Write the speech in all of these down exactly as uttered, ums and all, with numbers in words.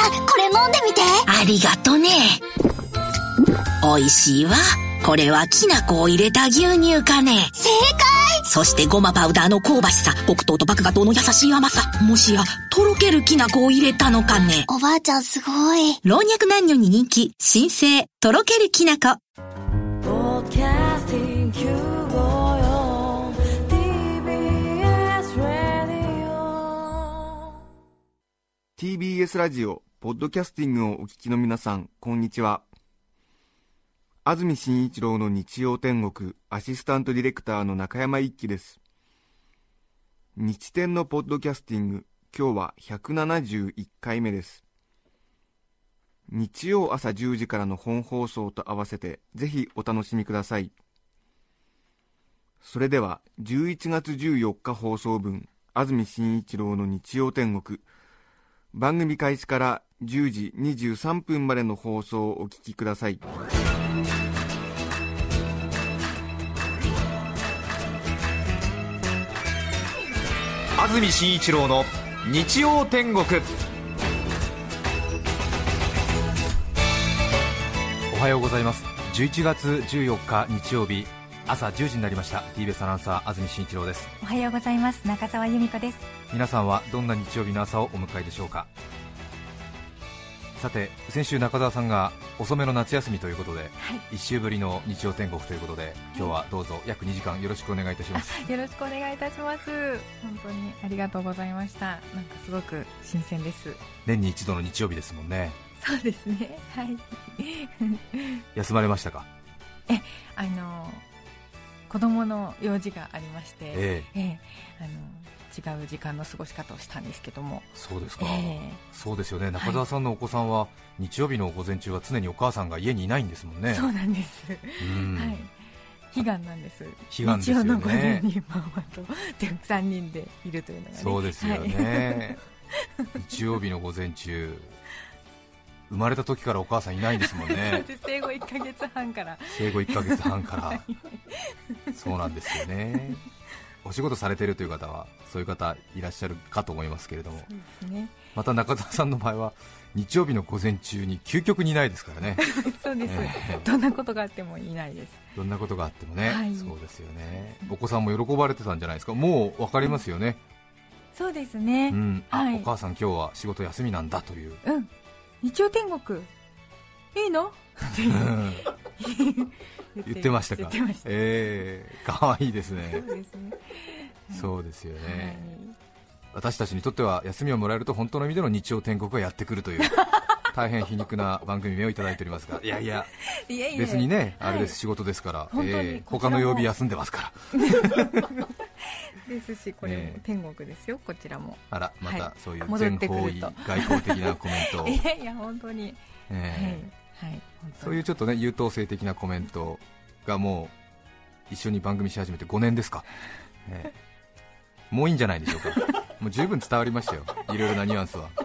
ゃん、これ飲んでみて。 ありがとね。おいしいわ。これはきな粉を入れた牛乳かね。 正解。 そしてごまパウダーの香ばしさ、黒糖と麦芽糖の優しい甘さ、もしやとろけるきな粉を入れたのかね。 おばあちゃんすごい。 老若男女に人気、新生とろけるきな粉。 ティービーエス ラジオポッドキャスティングをお聞きの皆さん、こんにちは。安住紳一郎の日曜天国アシスタントディレクターの中山一輝です。日天のポッドキャスティング、今日はひゃくななじゅういっかいめです。日曜朝じゅうじからの本放送と合わせてぜひお楽しみください。それではじゅういちがつじゅうよっか放送分、安住紳一郎の日曜天国、番組開始からじゅうじにじゅうさんぷんまでの放送をお聞きください。 安住紳一郎の日曜天国。おはようございます。じゅういちがつじゅうよっか日曜日、朝じゅうじになりました。 ティービーエス アナウンサー安住紳一郎です。 おはようございます。中澤由美子です。 皆さんはどんな日曜日の朝をお迎えでしょうか。さて、先週中澤さんが遅めの夏休みということで、はい、いっしゅうぶりの日曜天国ということで、今日はどうぞ約にじかんよろしくお願いいたします。 よろしくお願いいたします。本当にありがとうございました。なんかすごく新鮮です。 年に一度の日曜日ですもんね。 そうですね、はい。 休まれましたか。 え、あの子供の用事がありまして、ええええ、あの違う時間の過ごし方をしたんですけども。 そうですか、 えー、 そうですよね。中澤さんのお子さんは日曜日の午前中は常にお母さんが家にいないんですもんね。 そうなんです、うん、はい、悲願なんです。 悲願ですよね。 日曜の午前にママとさんにんでいるというのがね。 そうですよね、はい、日曜日の午前中、生まれた時からお母さんいないんですもんね。 そうです、生後いっかげつはんから生後いっかげつはんから、はい、そうなんですよね。お仕事されているという方はそういう方いらっしゃるかと思いますけれども、 そうですね、 また中澤さんの場合は日曜日の午前中に究極にいないですからね。 そうです、 えー、 どんなことがあってもいないです。 どんなことがあってもね、 はい、 そうですよね。お子さんも喜ばれてたんじゃないですか。もう分かりますよね。 そうですね、 うん、あ、はい、お母さん今日は仕事休みなんだという、 うん、日曜天国いいの言ってましたか。 言ってました。 えー、かわいいですね。 そうですね、 そうですよね、はい、 私たちにとっては休みをもらえると本当の意味での日曜天国がやってくるという大変皮肉な番組名をいただいておりますが、いやいや、 いやいや別にね、 はい、 あれです、仕事ですから、 本当に、 えー、他の曜日休んでますからですし、これも天国ですよ、こちらも。 あら、またそういう全方位外交的なコメントをいやいや、本当に、 えーはいはい、 そういうちょっとね、優等生的なコメントがもう一緒に番組し始めてごねんですか、えー、もういいんじゃないでしょうか。もう十分伝わりましたよ、いろいろなニュアンスは。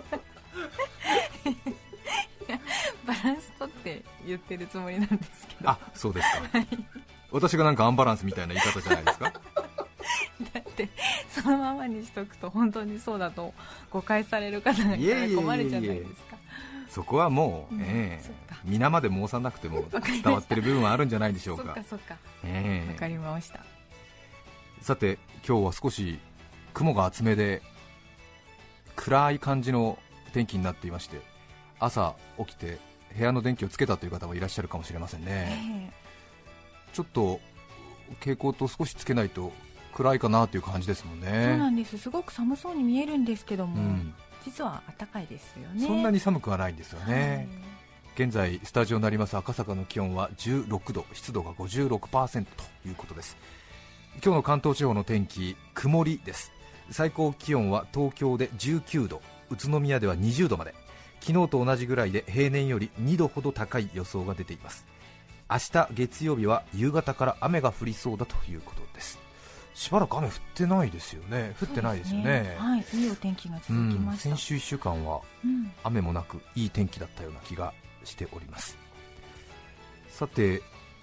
バランスとって言ってるつもりなんですけど。 あ、そうですか、はい、私がなんかアンバランスみたいな言い方じゃないですか。 だってそのままにしとくと本当にそうだと誤解される方がいたら困るじゃないですか。 そこはもう、うん、えー、皆まで申さなくても伝わってる部分はあるんじゃないでしょうか。 そっかそっか、 えー、 わかりました。 さて、今日は少し雲が厚めで暗い感じの天気になっていまして、朝起きて部屋の電気をつけたという方もいらっしゃるかもしれませんね、えー、ちょっと蛍光灯少しつけないと暗いかなという感じですもんね。 そうなんです、すごく寒そうに見えるんですけども、うん、実は暖かいですよね。 そんなに寒くはないんですよね、はい、現在スタジオになります赤坂の気温はじゅうろくど、湿度が ごじゅうろくパーセント ということです。今日の関東地方の天気、曇りです。最高気温は東京でじゅうきゅうど、宇都宮ではにじゅうどまで、昨日と同じぐらいで平年よりにどほど高い予想が出ています。明日月曜日は夕方から雨が降りそうだということです。しばらく雨降ってないですよね。降ってないですよね。 はい、いいお天気が続きました、 うん、先週いっしゅうかんは雨もなくいい天気だったような気がしております。さて、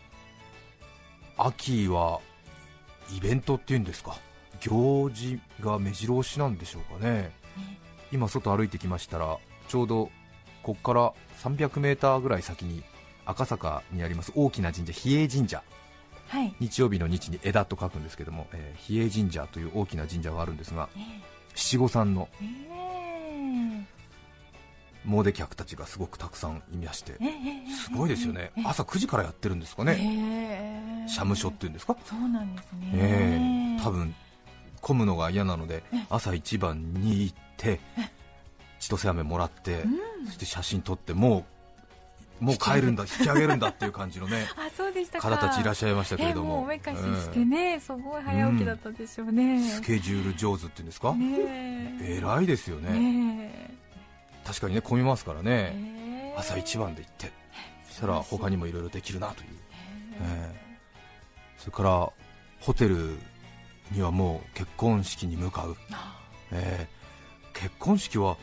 秋はイベントっていうんですか、行事が目白押しなんでしょうかね。今外歩いてきましたら、ちょうどここからさんびゃくメーターぐらい先に赤坂にあります大きな神社、比叡神社、 はい、 日曜日の日に枝と書くんですけども、えー、比叡神社という大きな神社があるんですが、えー、七五三の、えー、詣客たちがすごくたくさんいまして、えー、すごいですよね、えー、朝くじからやってるんですかね、えー、社務所っていうんですか。 そうなんですね、 えー、多分混むのが嫌なので朝一番に行って千歳飴もらって、うん、そして写真撮ってもうもう帰るんだ、引き上げるんだっていう感じのねあ、そうでしたか、 方たちいらっしゃいましたけれども、 もうおめかししてね、えー、すごい早起きだったでしょうね、うん、 スケジュール上手っていうんですか、 ね、 偉いですよね、ね、確かにね混みますからね、えー、朝一番で行ってそしたら他にもいろいろできるなという、えー、それからホテルにはもう結婚式に向かう、えー、結婚式は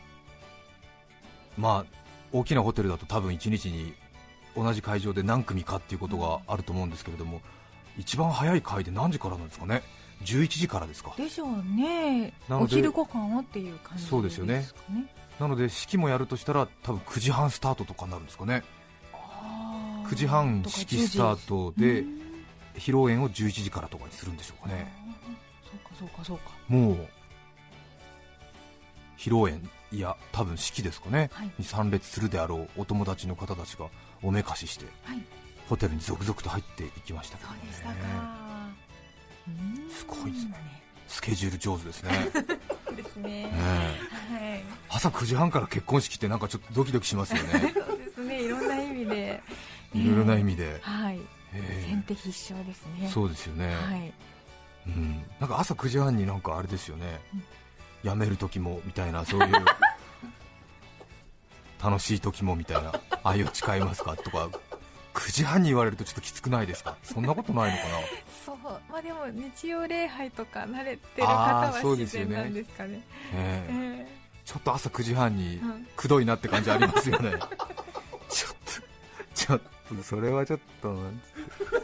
まあ大きなホテルだと多分いちにちに同じ会場で何組かっていうことがあると思うんですけれども、一番早い会で何時からなんですかね。じゅういちじからですか。 でしょうね。お昼ご飯をっていう感じですかね。 そうですよね。なので式もやるとしたら多分くじはんスタートとかになるんですかね。くじはん式スタートで披露宴をじゅういちじからとかにするんでしょうかね。 そうかそうかそうか。 もう披露宴いや多分式ですかね、はい、に参列するであろうお友達の方たちがおめかしして、はい、ホテルに続々と入っていきましたけどね。 そうでしたか。 すごいですね。スケジュール上手ですねそうですね、 ね、 はい、 朝くじはんから結婚式ってなんかちょっとドキドキしますよねそうですね、いろんな意味でいろいろな意味で、 はい、先手必勝ですね。 そうですよね、 はい、 うん、なんか朝くじはんになんかあれですよね、うん、辞める時もみたいな、そういう楽しい時もみたいな、愛を誓いますかとかくじはんに言われるとちょっときつくないですか。そんなことないのかなそう、まあ、でも日曜礼拝とか慣れてる方は自然なんですかね。 ね、えーえー、ちょっと朝くじはんにくどいなって感じありますよね、うん、ちょっとちょっとそれはちょっとなんつ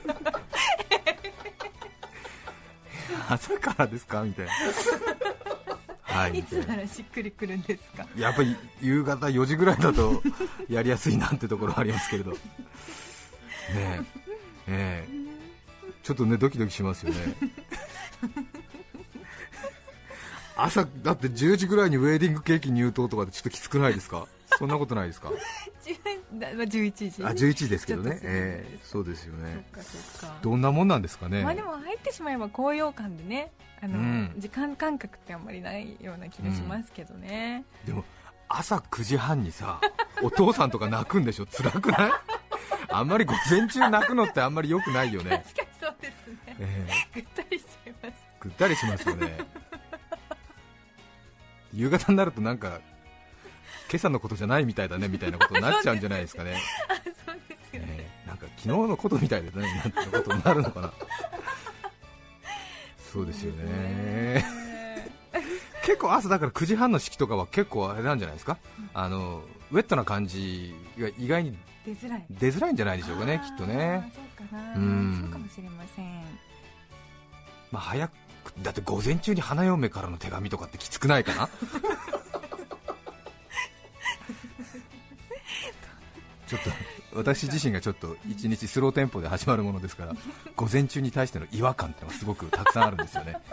朝からですかみたいなはい、 いつならしっくりくるんですか。 やっぱり夕方よじぐらいだとやりやすいなってところありますけれどねえ、ええ、ちょっとねドキドキしますよね朝だってじゅうじぐらいにウェディングケーキ入刀とかでちょっときつくないですか。そんなことないですかじゅういちじ、 あじゅういちじですけどね、えー、そうですよね。そっかそっか。どんなもんなんですかね。 まあ、でも入ってしまえば高揚感でね、あの、うん、時間感覚ってあんまりないような気がしますけどね、 うん、でも朝くじはんにさお父さんとか泣くんでしょ。辛くないあんまり午前中泣くのってあんまり良くないよね。 確かにそうですね、えー、ぐったりしちゃいます。 ぐったりしますよね夕方になるとなんか今朝のことじゃないみたいだねみたいなことになっちゃうんじゃないですかねそうですよね、 えー、なんか昨日のことみたいだねなんてことになるのかなそうですよね結構朝だからくじはんの式とかは結構あれなんじゃないですか、うん、あのウェットな感じが意外に出づらい出づらいんじゃないでしょうかね、きっとね。 そうかな、うん、そうかもしれません。 まあ、早くだって午前中に花嫁からの手紙とかってきつくないかなちょっと私自身がちょっと一日スローテンポで始まるものですから午前中に対しての違和感ってのがすごくたくさんあるんですよね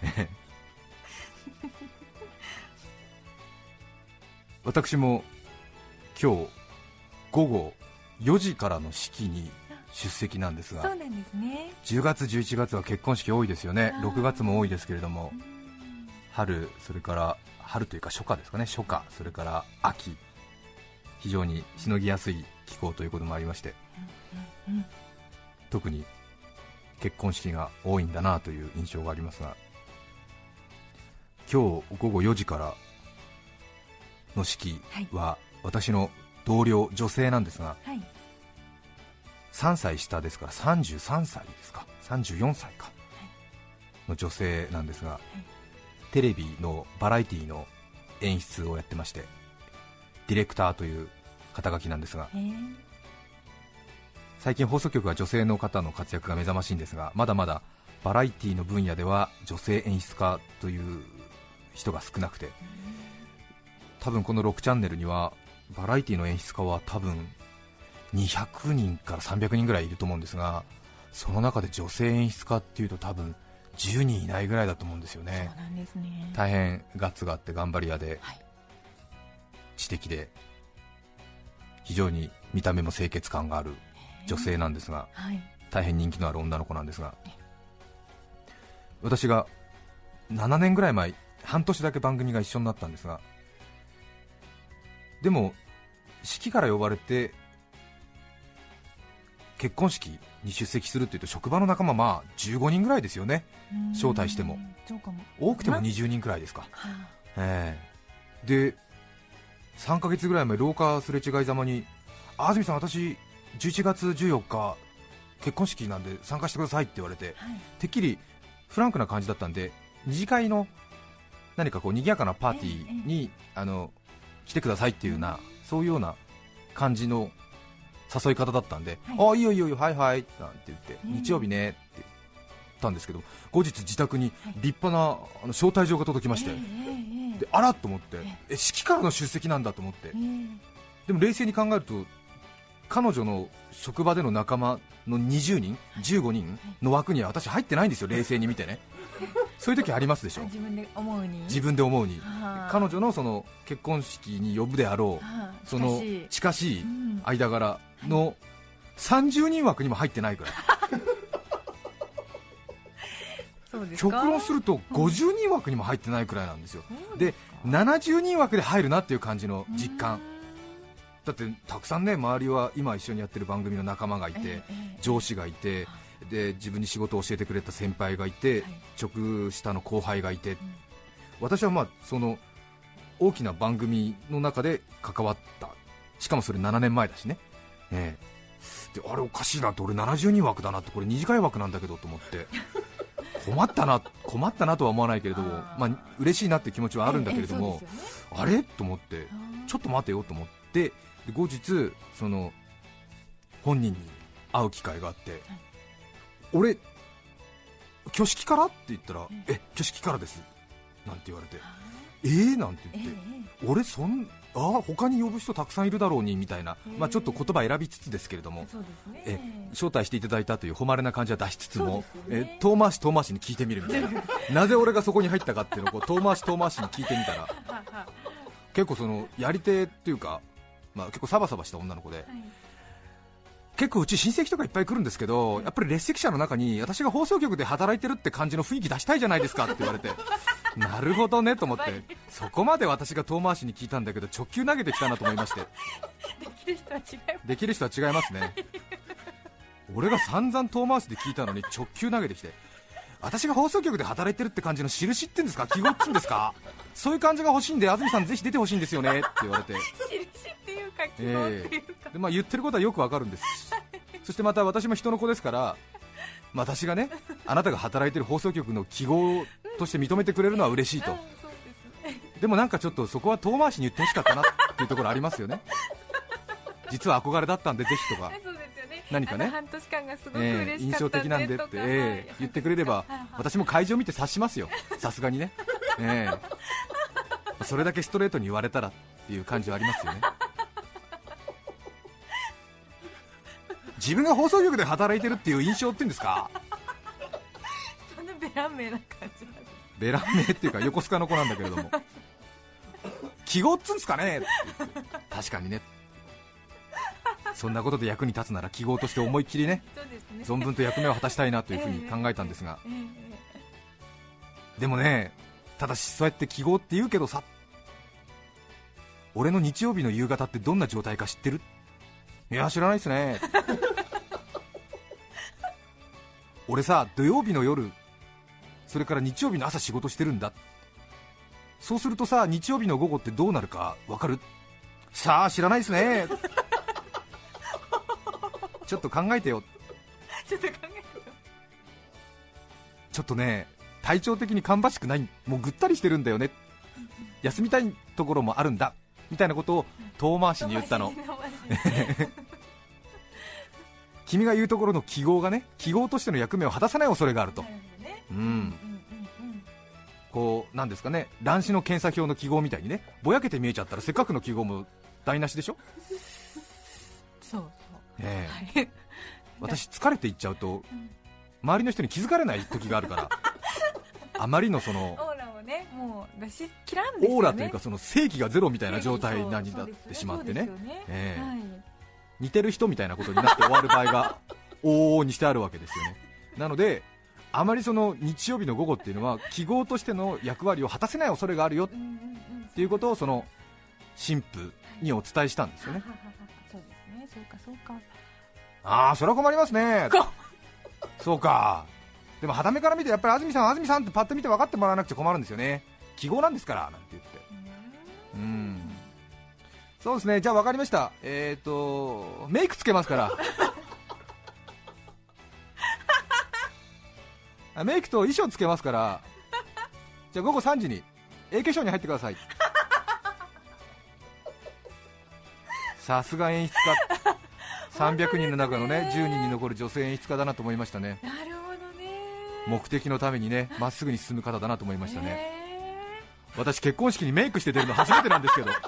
私も今日午後よじからの式に出席なんですが、 そうなんですね。 じゅうがつじゅういちがつは結婚式多いですよね。ろくがつも多いですけれども、春、それから春というか初夏ですかね、初夏、それから秋、非常にしのぎやすい気候ということもありまして、うんうんうん、特に結婚式が多いんだなという印象がありますが、今日午後よじからの式は私の同僚、女性なんですが、はい、さんさい下ですからさんじゅうさんさいですか、さんじゅうよんさいかの女性なんですが、はい、テレビのバラエティの演出をやってまして、ディレクターという肩書きなんですが、最近放送局は女性の方の活躍が目覚ましいんですが、まだまだバラエティの分野では女性演出家という人が少なくて、多分このろくチャンネルにはバラエティの演出家は多分にひゃくにんからさんびゃくにんぐらいいると思うんですが、その中で女性演出家っていうと多分じゅうにんいないぐらいだと思うんですよね。 そうなんですね。 大変ガッツがあって頑張り屋で、 はい、 知的で非常に見た目も清潔感がある女性なんですが、 はい、 大変人気のある女の子なんですが、私がななねんぐらい前、半年だけ番組が一緒になったんですが、でも式から呼ばれて結婚式に出席するっていうと職場の仲間まあじゅうごにんぐらいですよね。招待してもそうかも、 多くてもにじゅうにんくらいですか、 はあ、 えー、でさんかげつぐらい前、廊下すれ違いざまに、安住さん、私じゅういちがつじゅうよっか結婚式なんで参加してくださいって言われて、 はい、 てっきりフランクな感じだったんで、二次会の何かこう賑やかなパーティーに、ええ、あの来てくださいっていうような、うん、そういうような感じの誘い方だったんで、はい、あいいよいいよはいはいなんて言って、うん、日曜日ねって言ったんですけど、後日自宅に立派な、はい、あの招待状が届きまして、えー、であらっと思って、えー、え式からの出席なんだと思って、えー、でも冷静に考えると彼女の職場での仲間のにじゅうにん、じゅうごにんの枠には私入ってないんですよ、冷静に見てね。そういう時ありますでしょ、 自分で思うに自分で思うに彼女のその結婚式に呼ぶであろうその近しい間柄のさんじゅうにん枠にも入ってないくらいそうですか、 極論するとごじゅうにん枠にも入ってないくらいなんですよ。でななじゅうにん枠で入るなっていう感じの実感だって、たくさんね周りは今一緒にやってる番組の仲間がいて、上司がいて、で自分に仕事を教えてくれた先輩がいて、直下の後輩がいて、私はまあその大きな番組の中で関わった、しかもそれななねんまえだしね、ええ、であれおかしいなって、俺ななじゅうにん枠だなって、これ二次会枠なんだけどと思って困ったな困ったなとは思わないけれども、まあ嬉しいなって気持ちはあるんだけれども、あれと思って、ちょっと待てよと思って、で後日その本人に会う機会があって、俺挙式からって言ったら、え挙式からですなんて言われて、えーなんて言って、俺そんあ他に呼ぶ人たくさんいるだろうにみたいな、まあ、ちょっと言葉選びつつですけれども、え招待していただいたという誉れな感じは出しつつも、え遠回し遠回しに聞いてみるみたいななぜ俺がそこに入ったかっていうのをこう遠回し遠回しに聞いてみたら結構そのやり手っていうか、まあ、結構サバサバした女の子で、はい、結構うち親戚とかいっぱい来るんですけど、やっぱり列席者の中に私が放送局で働いてるって感じの雰囲気出したいじゃないですかって言われてなるほどねと思って、そこまで私が遠回しに聞いたんだけど直球投げてきたなと思いまして、 できる人は違います、 できる人は違いますね俺が散々遠回しで聞いたのに直球投げてきて、私が放送局で働いてるって感じの印ってんですか、記号っつうんですかそういう感じが欲しいんで安住さんぜひ出てほしいんですよねって言われて印っていうか記号っていうか、 えーでまあ、言ってることはよくわかるんですそしてまた私も人の子ですから、まあ、私がねあなたが働いてる放送局の記号として認めてくれるのは嬉しいと、でもなんかちょっとそこは遠回しに言ってほしかったなっていうところありますよね実は憧れだったんでぜひとか何かね半年間がすごく嬉しかったんで、 えー、印象的なんでって、えー、言ってくれれば私も会場見て察しますよ、さすがにね、えー、それだけストレートに言われたらっていう感じはありますよね自分が放送局で働いてるっていう印象っていうんですかそんなベラン名な感じなんです、 ベラン名っていうか横須賀の子なんだけれども記号っつうんですかねって確かにねそんなことで役に立つなら記号として思いっきり ね, そうですね存分と役目を果たしたいなというふうに考えたんですが、えーえー、でもね、ただしそうやって記号って言うけどさ、俺の日曜日の夕方ってどんな状態か知ってる？いや知らないですね俺さ土曜日の夜それから日曜日の朝仕事してるんだ。そうするとさ日曜日の午後ってどうなるか分かる？さあ知らないですねちょっと考えてよちょっと考えてよちょっとね体調的に芳しくない、もうぐったりしてるんだよね休みたいところもあるんだみたいなことを遠回しに言ったの君が言うところの記号がね記号としての役目を果たさない恐れがあると、うん、こうなんですかね、乱視の検査表の記号みたいにねぼやけて見えちゃったらせっかくの記号も台無しでしょ。 そうそう、 ええはい、 私疲れていっちゃうと周りの人に気づかれない時があるからあまりのそのオーラをねもう出し切らんですよね。 オーラというかその正義がゼロみたいな状態になってしまってね、ええ、はい、似てる人みたいなことになって終わる場合が往々にしてあるわけですよね。なのであまりその日曜日の午後っていうのは記号としての役割を果たせない恐れがあるよっていうことをその神父にお伝えしたんですよね。 そうですね、そうかそうか。 ああ、それは困りますね。そうか。でも肌目から見てやっぱり安住さん安住さんってパッと見て分かってもらわなくちゃ困るんですよね。記号なんですからなんて言って。うん。そうですね。じゃあ分かりました。えっとメイクつけますから。メイクと衣装つけますから、じゃあ午後さんじに A 化粧に入ってください。さすが演出家、さんびゃくにんの中のねじゅうにんに残る女性演出家だなと思いましたね。 なるほどね。 目的のためにねまっすぐに進む方だなと思いましたね。私結婚式にメイクして出るの初めてなんですけど。す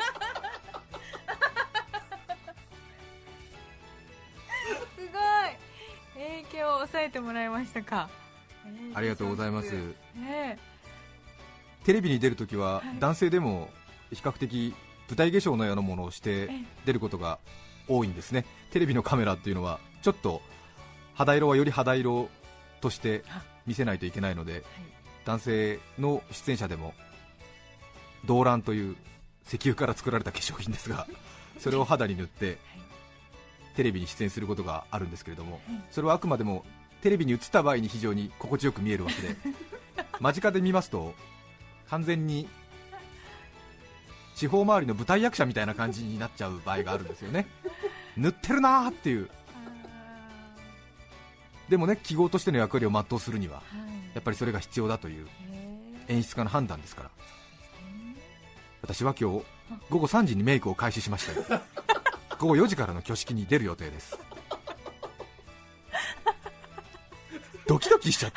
ごい、影響を抑えてもらいましたか。 ありがとうございます、 ね、 テレビに出るときは男性でも比較的舞台化粧のようなものをして出ることが多いんですね。テレビのカメラっていうのはちょっと肌色はより肌色として見せないといけないので、はい、男性の出演者でも動乱という石油から作られた化粧品ですがそれを肌に塗ってテレビに出演することがあるんですけれども、それはあくまでもテレビに映った場合に非常に心地よく見えるわけで間近で見ますと完全に地方周りの舞台役者みたいな感じになっちゃう場合があるんですよね。塗ってるなーっていう。でもね記号としての役割を全うするにはやっぱりそれが必要だという演出家の判断ですから、私は今日午後さんじにメイクを開始しましたよ。午後よじからの挙式に出る予定です。ドキドキしちゃって。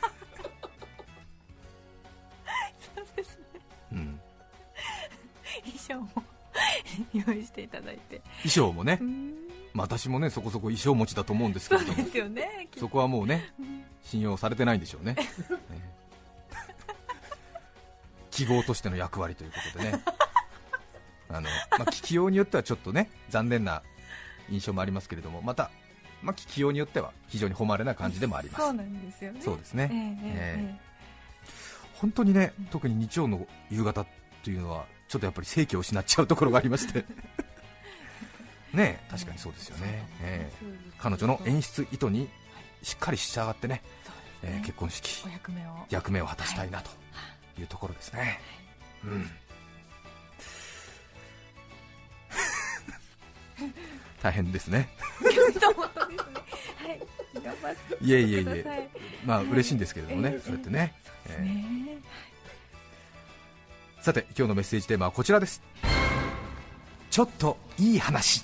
そうですね、 うん、 衣装も用意していただいて。 衣装もね、まあ、私もねそこそこ衣装持ちだと思うんですけれども、 そうですよね、 そこはもうね信用されてないんでしょうね。ね記号としての役割ということでねあの、まあ、起用によってはちょっとね残念な印象もありますけれども、またまあ、起用によっては非常に誉れな感じでもあります。 そうなんですよね。 そうですね、 えーえーえー、本当にね、特に日曜の夕方というのはちょっとやっぱり正気を失っちゃうところがありましてねえ、確かにそうですよね、えー、彼女の演出意図にしっかり従ってね、えー、結婚式役目を役目を果たしたいなというところですね、はい、うん大変ですね。いえいえいえ、まあ嬉しいんですけれどもね、そうやってね。さて今日のメッセージテーマはこちらです。ちょっといい話。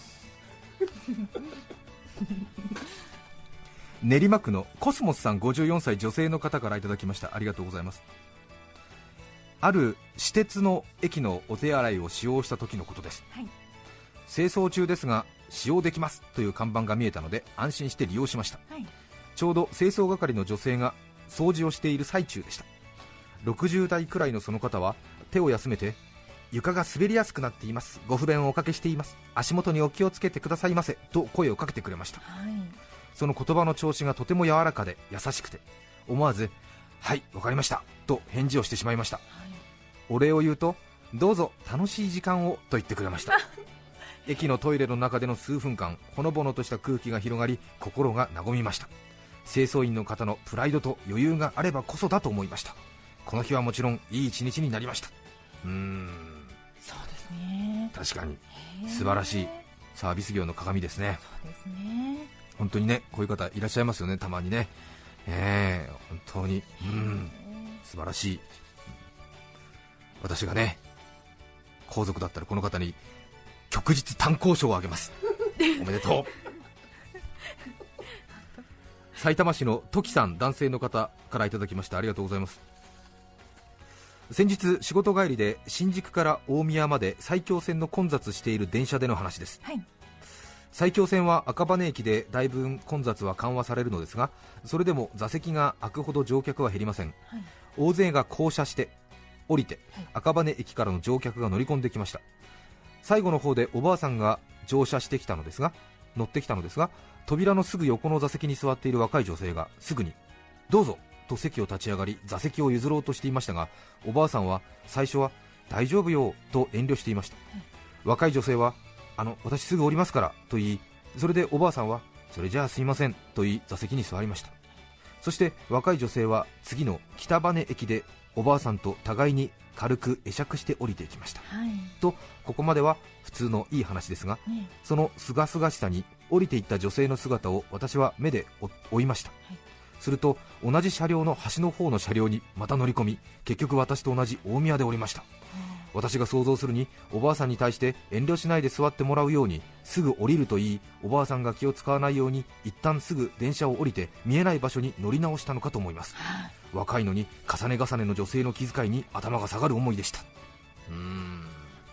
練馬区のコスモスさんごじゅうよんさい女性の方からいただきました。ありがとうございます。ある私鉄の駅のお手洗いを使用した時のことです、はい、清掃中ですが使用できますという看板が見えたので安心して利用しました、はい、ちょうど清掃係の女性が掃除をしている最中でした。ろくじゅう代くらいのその方は手を休めて、床が滑りやすくなっています、ご不便をおかけしています、足元にお気をつけてくださいませと声をかけてくれました、はい、その言葉の調子がとても柔らかで優しくて、思わずはいわかりましたと返事をしてしまいました、はい、お礼を言うとどうぞ楽しい時間をと言ってくれました駅のトイレの中での数分間、ほのぼのとした空気が広がり心が和みました。清掃員の方のプライドと余裕があればこそだと思いました。この日はもちろんいい一日になりました。うーん、 そうですね、 確かに素晴らしいサービス業の鏡ですね。 そうですね、 本当にね、こういう方いらっしゃいますよね、たまにね、えー、本当に、うん、素晴らしい。私がね皇族だったらこの方に旭日単光賞をあげます。おめでとう。埼玉市のトキさん、男性の方からいただきました。ありがとうございます。 先日仕事帰りで新宿から大宮まで埼京線の混雑している電車での話です、 はい、 埼京線は赤羽駅でだいぶ混雑は緩和されるのですが、それでも座席が空くほど乗客は減りません、はい、大勢が降車して降りて、はい、赤羽駅からの乗客が乗り込んできました。最後の方でおばあさんが乗車してきたのですが乗ってきたのですが扉のすぐ横の座席に座っている若い女性がすぐにどうぞと席を立ち上がり座席を譲ろうとしていましたが、おばあさんは最初は大丈夫よと遠慮していました、はい、若い女性はあの私すぐ降りますからと言い、それでおばあさんはそれじゃあすいませんと言い座席に座りました。そして若い女性は次の北羽駅でおばあさんと互いに軽く会釈して降りていきました、はい、とここまでは普通のいい話ですが、ね、そのすがすがしさに降りていった女性の姿を私は目で追いました、はい、すると同じ車両の端の方の車両にまた乗り込み、結局私と同じ大宮で降りました、うん、私が想像するにおばあさんに対して遠慮しないで座ってもらうようにすぐ降りると言い、おばあさんが気を使わないように一旦すぐ電車を降りて見えない場所に乗り直したのかと思います、はい、若いのに重ね重ねの女性の気遣いに頭が下がる思いでした。うーん、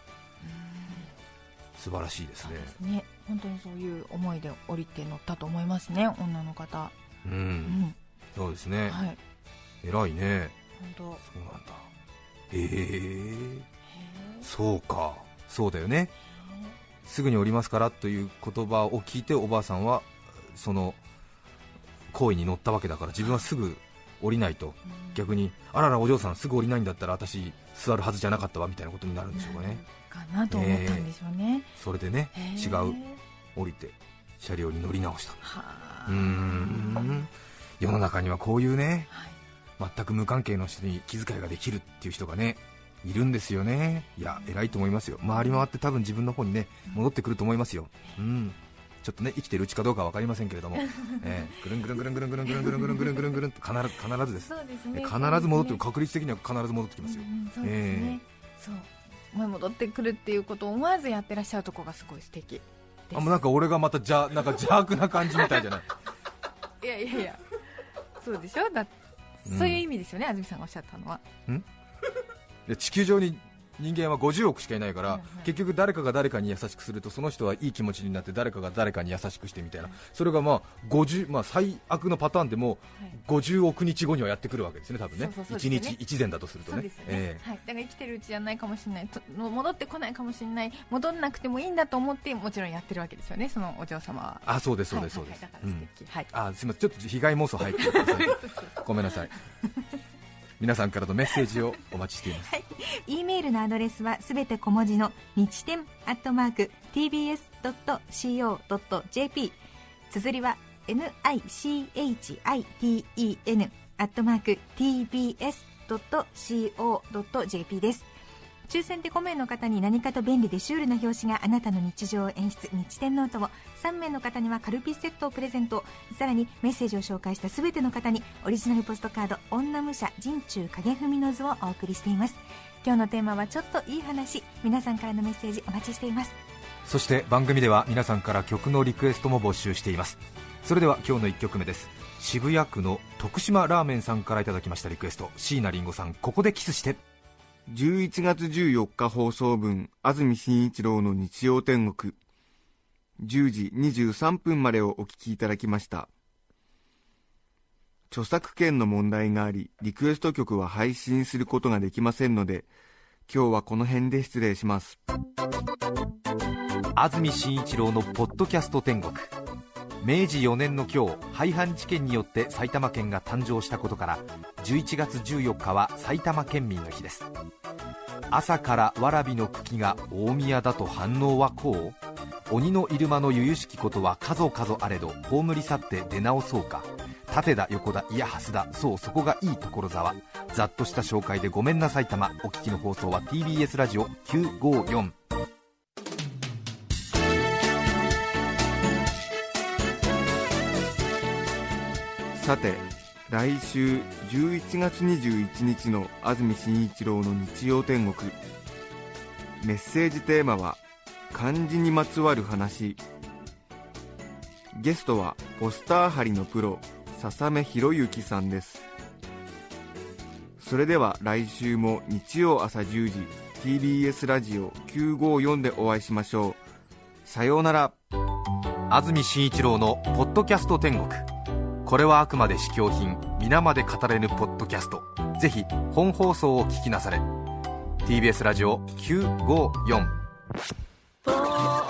素晴らしいですね。 そうですね、本当にそういう思いで降りて乗ったと思いますね、女の方。 うん、うん、そうですね、はい、偉いね。 本当そうなんだ。へえ、そうか、そうだよね。すぐに降りますからという言葉を聞いておばあさんはその行為に乗ったわけだから、自分はすぐ降りないと、逆にあららお嬢さんすぐ降りないんだったら私座るはずじゃなかったわみたいなことになるんでしょうかね。 かなと思ったんでしょうね、 えー、それでね、違う降りて車両に乗り直した。うーん、世の中にはこういうね、はい、全く無関係の人に気遣いができるっていう人がねいるんですよね。いや偉いと思いますよ。回り回って多分自分の方にね戻ってくると思いますよ。うん、ちょっとね生きてるうちかどうかは分かりませんけれども、えー、ぐるんぐるんぐるんぐるんぐるんぐるんぐるんぐるんぐるんぐるんぐるんと必ず必ずです。 そうですね、 必ず戻ってる、確率的には必ず戻ってきますよ。 そうですね、そう戻ってくるっていうことを思わずやってらっしゃるところがすごい素敵です。 あ、もうなんか俺がまたじゃなんか邪悪な感じみたいじゃない。 いやいやいや、そうでしょ。だ、うん、そういう意味ですよね、安住さんがおっしゃったのは。んいや地球上に人間はごじゅうおくしかいないから、はいはい、結局誰かが誰かに優しくするとその人はいい気持ちになって誰かが誰かに優しくしてみたいな、はい、それがまあごじゅう、まあ、最悪のパターンでもごじゅうおくにちごにはやってくるわけですね、多分ね。いちにちいちぜんだとするとね。そうですよね、えーはい、だから生きてるうちじゃないかもしれないと、戻ってこないかもしれない、戻らなくてもいいんだと思ってもちろんやってるわけですよね、そのお嬢様は。 あ、そうですそうですそうです。 だから素敵、うん、はい、 あ、すみません、ちょっと被害妄想入ってくださいごめんなさい皆さんからのメッセージをお待ちしています、はい、 E メールのアドレスはすべて小文字の日天アットマーク ティービーエスドットシーオードットジェーピー、 綴りは ニチテン アットマーク ティービーエスドットシーオードットジェーピー です。抽選でご名の方に何かと便利でシュールな表紙があなたの日常を演出、日天ノートを、さんめいの方にはカルピスセットをプレゼント。さらにメッセージを紹介したすべての方にオリジナルポストカード女武者陣中影踏みの図をお送りしています。今日のテーマはちょっといい話。皆さんからのメッセージお待ちしています。 そして番組では皆さんから曲のリクエストも募集しています。それでは今日のいっきょくめです。渋谷区の徳島ラーメンさんからいただきましたリクエスト、椎名林檎さん、ここでキスして。 じゅういちがつじゅうよっか放送分、安住紳一郎の日曜天国、じゅうじにじゅうさんぷんまでをお聞きいただきました。著作権の問題があり、リクエスト曲は配信することができませんので、今日はこの辺で失礼します。 安住紳一郎のポッドキャスト天国。めいじよねんの今日、廃藩置県によって埼玉県が誕生したことからじゅういちがつじゅうよっかは埼玉県民の日です。朝からわらびの茎が大宮だと反応はこう。鬼の入間の由々しきことは数々あれど、葬り去って出直そうか。縦だ横だいやハスだ、そうそこがいい所沢。ざっとした紹介でごめんな埼玉。お聞きの放送は ティービーエス ラジオきゅうごよん。 さて、来週じゅういちがつにじゅういちにちの安住紳一郎の日曜天国、メッセージテーマは漢字にまつわる話。ゲストはポスター貼りのプロ笹目博之さんです。 それでは来週も日曜朝じゅうじ ティービーエス ラジオきゅうごよんでお会いしましょう。さようなら。 安住紳一郎のポッドキャスト天国。これはあくまで試供品、皆まで語れぬポッドキャスト。ぜひ本放送を聞きなされ。 ティービーエス ラジオきゅうごよん。